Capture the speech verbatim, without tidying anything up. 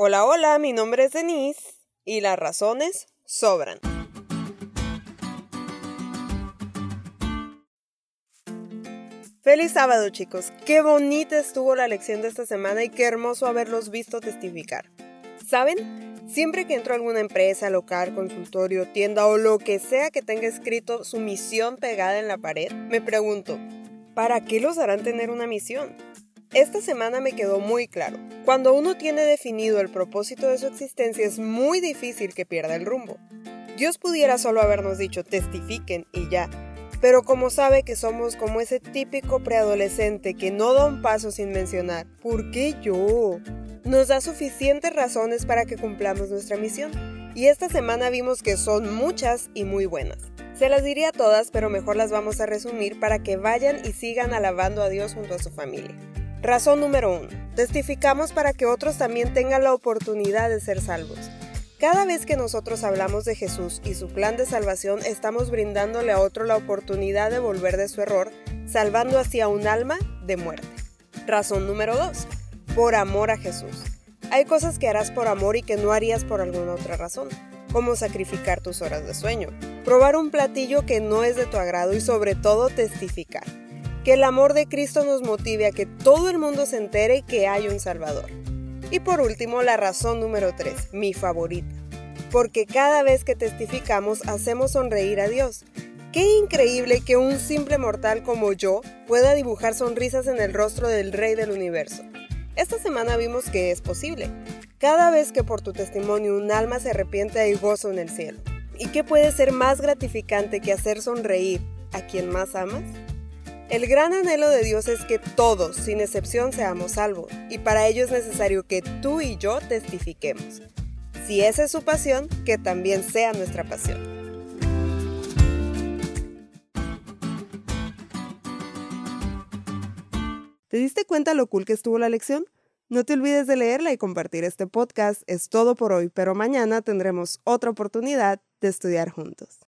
Hola, hola, mi nombre es Denise y las razones sobran. Feliz sábado, chicos. Qué bonita estuvo la lección de esta semana y qué hermoso haberlos visto testificar. ¿Saben? Siempre que entro a alguna empresa, local, consultorio, tienda o lo que sea que tenga escrito su misión pegada en la pared, me pregunto, ¿para qué los harán tener una misión? Esta semana me quedó muy claro. Cuando uno tiene definido el propósito de su existencia, es muy difícil que pierda el rumbo. Dios pudiera solo habernos dicho, testifiquen y ya. Pero como sabe que somos como ese típico preadolescente que no da un paso sin mencionar, ¿por qué yo? Nos da suficientes razones para que cumplamos nuestra misión. Y esta semana vimos que son muchas y muy buenas. Se las diría todas, pero mejor las vamos a resumir para que vayan y sigan alabando a Dios junto a su familia. Razón número uno. Testificamos para que otros también tengan la oportunidad de ser salvos. Cada vez que nosotros hablamos de Jesús y su plan de salvación, estamos brindándole a otro la oportunidad de volver de su error, salvando así a un alma de muerte. Razón número dos. Por amor a Jesús. Hay cosas que harás por amor y que no harías por alguna otra razón, como sacrificar tus horas de sueño, probar un platillo que no es de tu agrado y sobre todo testificar. Que el amor de Cristo nos motive a que todo el mundo se entere que hay un Salvador. Y por último, la razón número tres, mi favorita. Porque cada vez que testificamos, hacemos sonreír a Dios. ¡Qué increíble que un simple mortal como yo pueda dibujar sonrisas en el rostro del Rey del Universo! Esta semana vimos que es posible. Cada vez que por tu testimonio un alma se arrepiente, hay gozo en el cielo. ¿Y qué puede ser más gratificante que hacer sonreír a quien más amas? El gran anhelo de Dios es que todos, sin excepción, seamos salvos, y para ello es necesario que tú y yo testifiquemos. Si esa es su pasión, que también sea nuestra pasión. ¿Te diste cuenta lo cool que estuvo la lección? No te olvides de leerla y compartir este podcast. Es todo por hoy, pero mañana tendremos otra oportunidad de estudiar juntos.